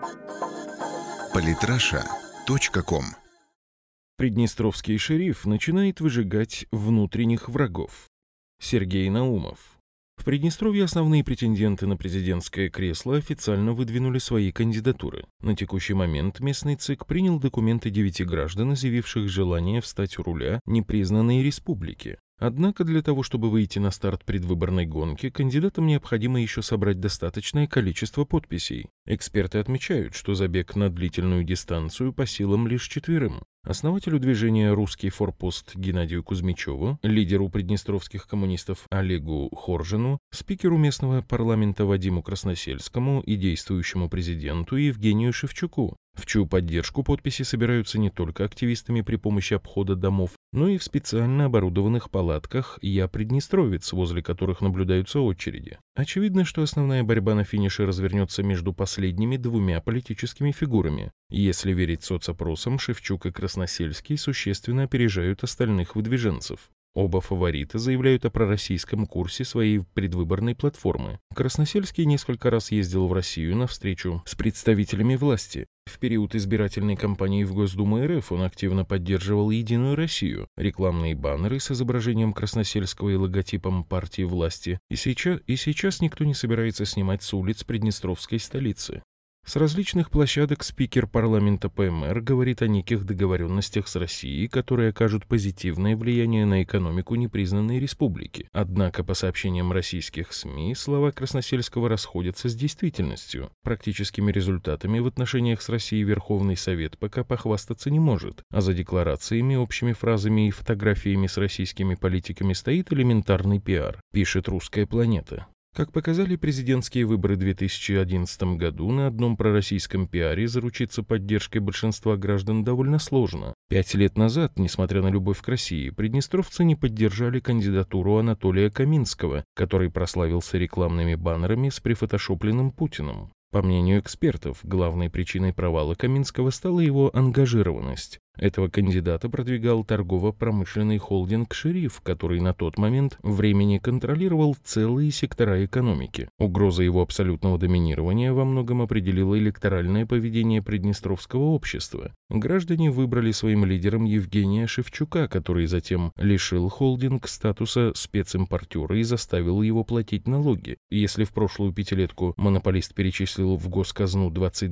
Политраша.ком. Приднестровский шериф начинает выжигать внутренних врагов. Сергей Наумов. В Приднестровье основные претенденты на президентское кресло официально выдвинули свои кандидатуры. На текущий момент местный ЦИК принял документы 9 граждан, изъявивших желание встать у руля непризнанной республики. Однако для того, чтобы выйти на старт предвыборной гонки, кандидатам необходимо еще собрать достаточное количество подписей. Эксперты отмечают, что забег на длительную дистанцию по силам лишь 4. Основателю движения «Русский форпост» Геннадию Кузьмичеву, лидеру приднестровских коммунистов Олегу Хоржину, спикеру местного парламента Вадиму Красносельскому и действующему президенту Евгению Шевчуку. В чью поддержку подписи собираются не только активистами при помощи обхода домов, но и в специально оборудованных палатках «Я приднестровец», возле которых наблюдаются очереди. Очевидно, что основная борьба на финише развернется между последними 2 политическими фигурами. Если верить соцопросам, Шевчук и Красносельский существенно опережают остальных выдвиженцев. Оба фаворита заявляют о пророссийском курсе своей предвыборной платформы. Красносельский несколько раз ездил в Россию на встречу с представителями власти. В период избирательной кампании в Госдуму РФ он активно поддерживал «Единую Россию», рекламные баннеры с изображением Красносельского и логотипом партии власти. И сейчас никто не собирается снимать с улиц Приднестровской столицы. С различных площадок спикер парламента ПМР говорит о неких договоренностях с Россией, которые окажут позитивное влияние на экономику непризнанной республики. Однако, по сообщениям российских СМИ, слова Красносельского расходятся с действительностью. Практическими результатами в отношениях с Россией Верховный Совет пока похвастаться не может, а за декларациями, общими фразами и фотографиями с российскими политиками стоит элементарный пиар, пишет «Русская планета». Как показали президентские выборы в 2011 году, на одном пророссийском пиаре заручиться поддержкой большинства граждан довольно сложно. 5 лет назад, несмотря на любовь к России, приднестровцы не поддержали кандидатуру Анатолия Каминского, который прославился рекламными баннерами с прифотошопленным Путиным. По мнению экспертов, главной причиной провала Каминского стала его ангажированность. Этого кандидата продвигал торгово-промышленный холдинг «Шериф», который на тот момент времени контролировал целые сектора экономики. Угроза его абсолютного доминирования во многом определила электоральное поведение приднестровского общества. Граждане выбрали своим лидером Евгения Шевчука, который затем лишил холдинг статуса специмпортера и заставил его платить налоги. Если в прошлую пятилетку монополист перечислил в госказну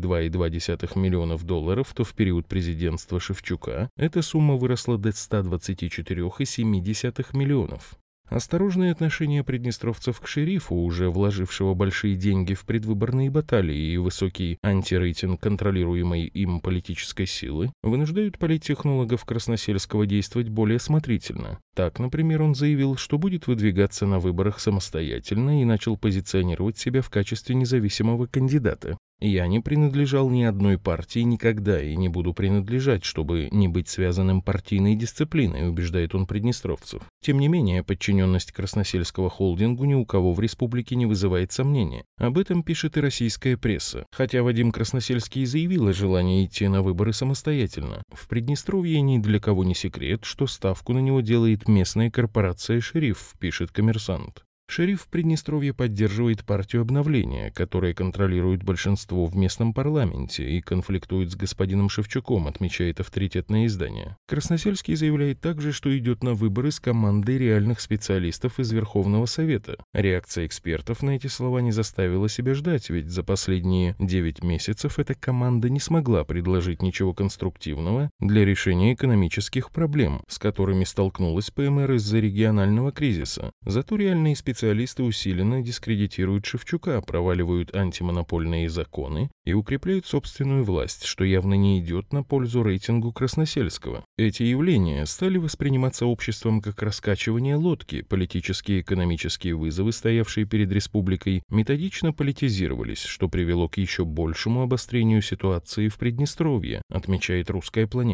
$22,2 миллионов, то в период президентства Шевчука эта сумма выросла до $124,7 миллионов. Осторожное отношение приднестровцев к шерифу, уже вложившего большие деньги в предвыборные баталии и высокий антирейтинг контролируемой им политической силы, вынуждают политтехнологов Красносельского действовать более осмотрительно. Так, например, он заявил, что будет выдвигаться на выборах самостоятельно и начал позиционировать себя в качестве независимого кандидата. «Я не принадлежал ни одной партии никогда и не буду принадлежать, чтобы не быть связанным партийной дисциплиной», убеждает он приднестровцев. Тем не менее, подчиненность Красносельского холдингу ни у кого в республике не вызывает сомнения. Об этом пишет и российская пресса. Хотя Вадим Красносельский заявил о желании идти на выборы самостоятельно, в Приднестровье ни для кого не секрет, что ставку на него делает местная корпорация «Шериф», пишет «Коммерсант». Шериф в Приднестровье поддерживает партию обновления, которая контролирует большинство в местном парламенте и конфликтует с господином Шевчуком, отмечает авторитетное издание. Красносельский заявляет также, что идет на выборы с командой реальных специалистов из Верховного Совета. Реакция экспертов на эти слова не заставила себя ждать, ведь за последние 9 месяцев эта команда не смогла предложить ничего конструктивного для решения экономических проблем, с которыми столкнулась ПМР из-за регионального кризиса. Зато реальные специалисты усиленно дискредитируют Шевчука, проваливают антимонопольные законы и укрепляют собственную власть, что явно не идет на пользу рейтингу Красносельского. Эти явления стали восприниматься обществом как раскачивание лодки, политические и экономические вызовы, стоявшие перед республикой, методично политизировались, что привело к еще большему обострению ситуации в Приднестровье, отмечает «Русская планета».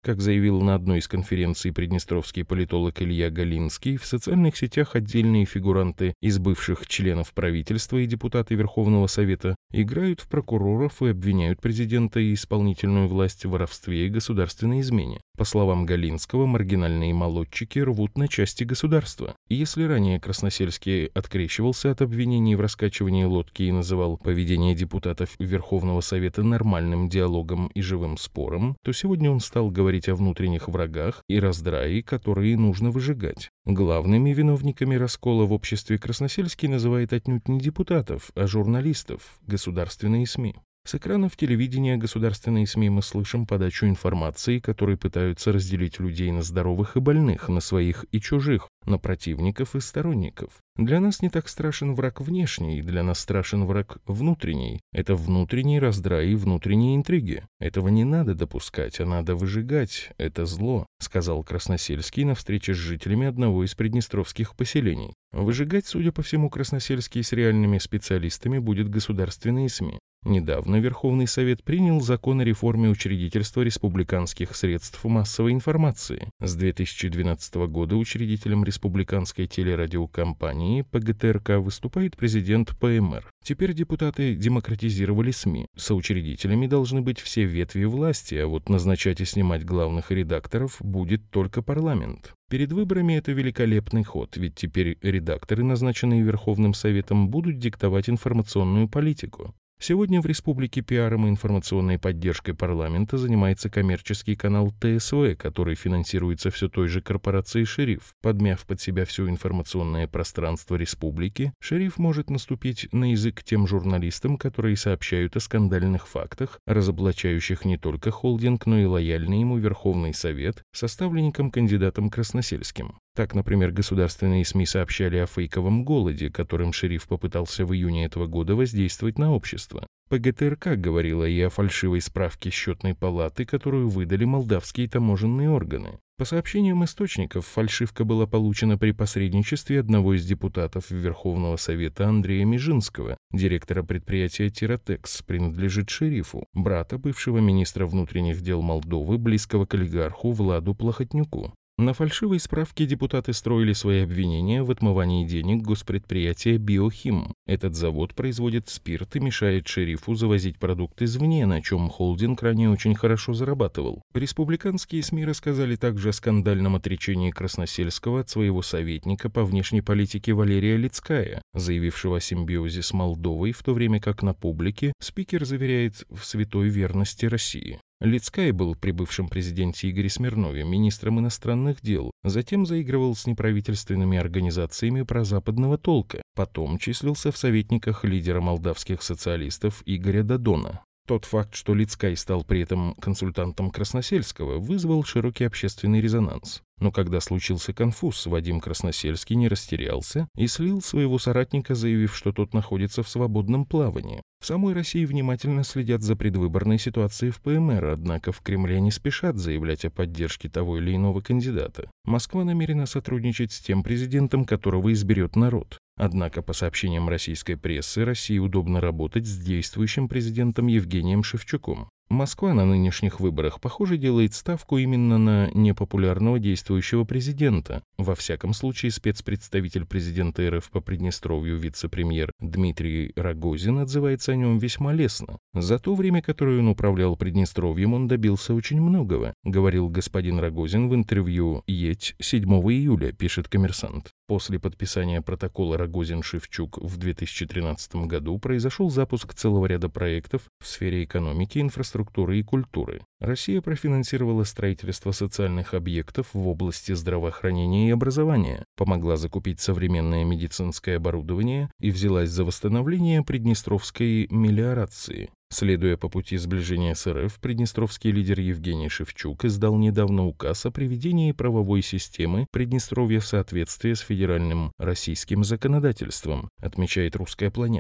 Как заявил на одной из конференций приднестровский политолог Илья Галинский, в социальных сетях отдельные фигуранты из бывших членов правительства и депутаты Верховного Совета играют в прокуроров и обвиняют президента и исполнительную власть в воровстве и государственной измене. По словам Галинского, маргинальные молодчики рвут на части государства. И если ранее Красносельский открещивался от обвинений в раскачивании лодки и называл поведение депутатов Верховного Совета нормальным диалогом и живым спором, то сегодня он стал говорить о внутренних врагах и раздрае, которые нужно выжигать. Главными виновниками раскола в обществе Красносельский называет отнюдь не депутатов, а журналистов, государственные СМИ. С экранов телевидения государственные СМИ мы слышим подачу информации, которые пытаются разделить людей на здоровых и больных, на своих и чужих, на противников и сторонников. Для нас не так страшен враг внешний, для нас страшен враг внутренний. Это внутренний раздрай и внутренние интриги. Этого не надо допускать, а надо выжигать. Это зло, сказал Красносельский на встрече с жителями одного из приднестровских поселений. Выжигать, судя по всему, Красносельский с реальными специалистами будет государственные СМИ. Недавно Верховный Совет принял закон о реформе учредительства республиканских средств массовой информации. С 2012 года учредителем республиканской телерадиокомпании ПГТРК выступает президент ПМР. Теперь депутаты демократизировали СМИ. Соучредителями должны быть все ветви власти, а вот назначать и снимать главных редакторов будет только парламент. Перед выборами это великолепный ход, ведь теперь редакторы, назначенные Верховным Советом, будут диктовать информационную политику. Сегодня в республике пиаром и информационной поддержкой парламента занимается коммерческий канал ТСВ, который финансируется все той же корпорацией «Шериф». Подмяв под себя все информационное пространство республики, «Шериф» может наступить на язык тем журналистам, которые сообщают о скандальных фактах, разоблачающих не только холдинг, но и лояльный ему Верховный Совет, составленником кандидатом Красносельским. Так, например, государственные СМИ сообщали о фейковом голоде, которым «Шериф» попытался в июне этого года воздействовать на общество. ПГТРК говорила и о фальшивой справке счетной палаты, которую выдали молдавские таможенные органы. По сообщениям источников, фальшивка была получена при посредничестве одного из депутатов Верховного Совета Андрея Межинского, директора предприятия «Тиротекс», принадлежит «Шерифу», брата бывшего министра внутренних дел Молдовы, близкого к олигарху Владу Плохотнюку. На фальшивой справке депутаты строили свои обвинения в отмывании денег госпредприятия «Биохим». Этот завод производит спирт и мешает «Шерифу» завозить продукты извне, на чем холдинг ранее очень хорошо зарабатывал. Республиканские СМИ рассказали также о скандальном отречении Красносельского от своего советника по внешней политике Валерия Лицкая, заявившего о симбиозе с Молдовой, в то время как на публике спикер заверяет в святой верности России. Лицкай был при бывшем президенте Игоре Смирнове министром иностранных дел, затем заигрывал с неправительственными организациями прозападного толка, потом числился в советниках лидера молдавских социалистов Игоря Додона. Тот факт, что Лицкай стал при этом консультантом Красносельского, вызвал широкий общественный резонанс. Но когда случился конфуз, Вадим Красносельский не растерялся и слил своего соратника, заявив, что тот находится в свободном плавании. В самой России внимательно следят за предвыборной ситуацией в ПМР, однако в Кремле не спешат заявлять о поддержке того или иного кандидата. Москва намерена сотрудничать с тем президентом, которого изберет народ. Однако, по сообщениям российской прессы, России удобно работать с действующим президентом Евгением Шевчуком. Москва на нынешних выборах, похоже, делает ставку именно на непопулярного действующего президента. Во всяком случае, спецпредставитель президента РФ по Приднестровью, вице-премьер Дмитрий Рогозин, отзывается о нем весьма лестно. За то время, которое он управлял Приднестровьем, он добился очень многого, говорил господин Рогозин в интервью «Едь» 7 июля, пишет «Коммерсант». После подписания протокола Рогозин-Шевчук в 2013 году произошел запуск целого ряда проектов в сфере экономики, инфраструктуры и культуры. Россия профинансировала строительство социальных объектов в области здравоохранения и образования, помогла закупить современное медицинское оборудование и взялась за восстановление приднестровской мелиорации. Следуя по пути сближения с РФ, приднестровский лидер Евгений Шевчук издал недавно указ о приведении правовой системы Приднестровья в соответствие с федеральным российским законодательством, отмечает «Русская планета».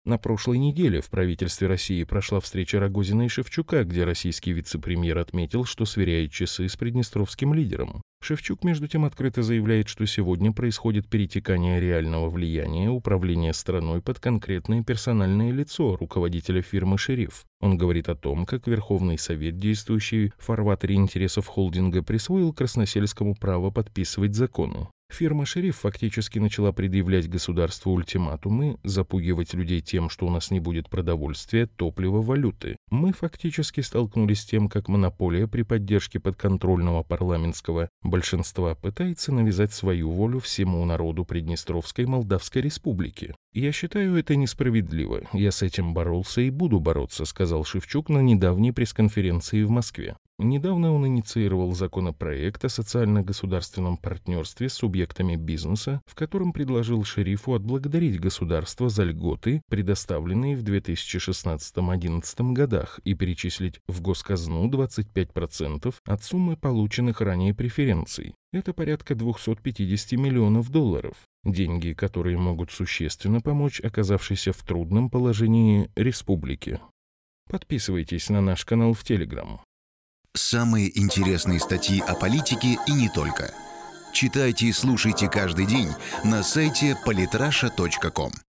На прошлой неделе в правительстве России прошла встреча Рогозина и Шевчука, где российский вице-премьер отметил, что сверяет часы с приднестровским лидером. Шевчук, между тем, открыто заявляет, что сегодня происходит перетекание реального влияния управления страной под конкретное персональное лицо руководителя фирмы «Шериф». Он говорит о том, как Верховный Совет, действующий в фарватере интересов холдинга, присвоил Красносельскому право подписывать законы. Фирма «Шериф» фактически начала предъявлять государству ультиматумы, запугивать людей тем, что у нас не будет продовольствия, топлива, валюты. Мы фактически столкнулись с тем, как монополия при поддержке подконтрольного парламентского большинства пытается навязать свою волю всему народу Приднестровской Молдавской Республики. «Я считаю это несправедливо. Я с этим боролся и буду бороться», — сказал Шевчук на недавней пресс-конференции в Москве. Недавно он инициировал законопроект о социально-государственном партнерстве с субъектами бизнеса, в котором предложил «Шерифу» отблагодарить государство за льготы, предоставленные в 2016-2011 годах, и перечислить в госказну 25% от суммы полученных ранее преференций. Это порядка $250 миллионов. Деньги, которые могут существенно помочь оказавшейся в трудном положении республике. Подписывайтесь на наш канал в Telegram. Самые интересные статьи о политике и не только. Читайте и слушайте каждый день на сайте polytrasha.com.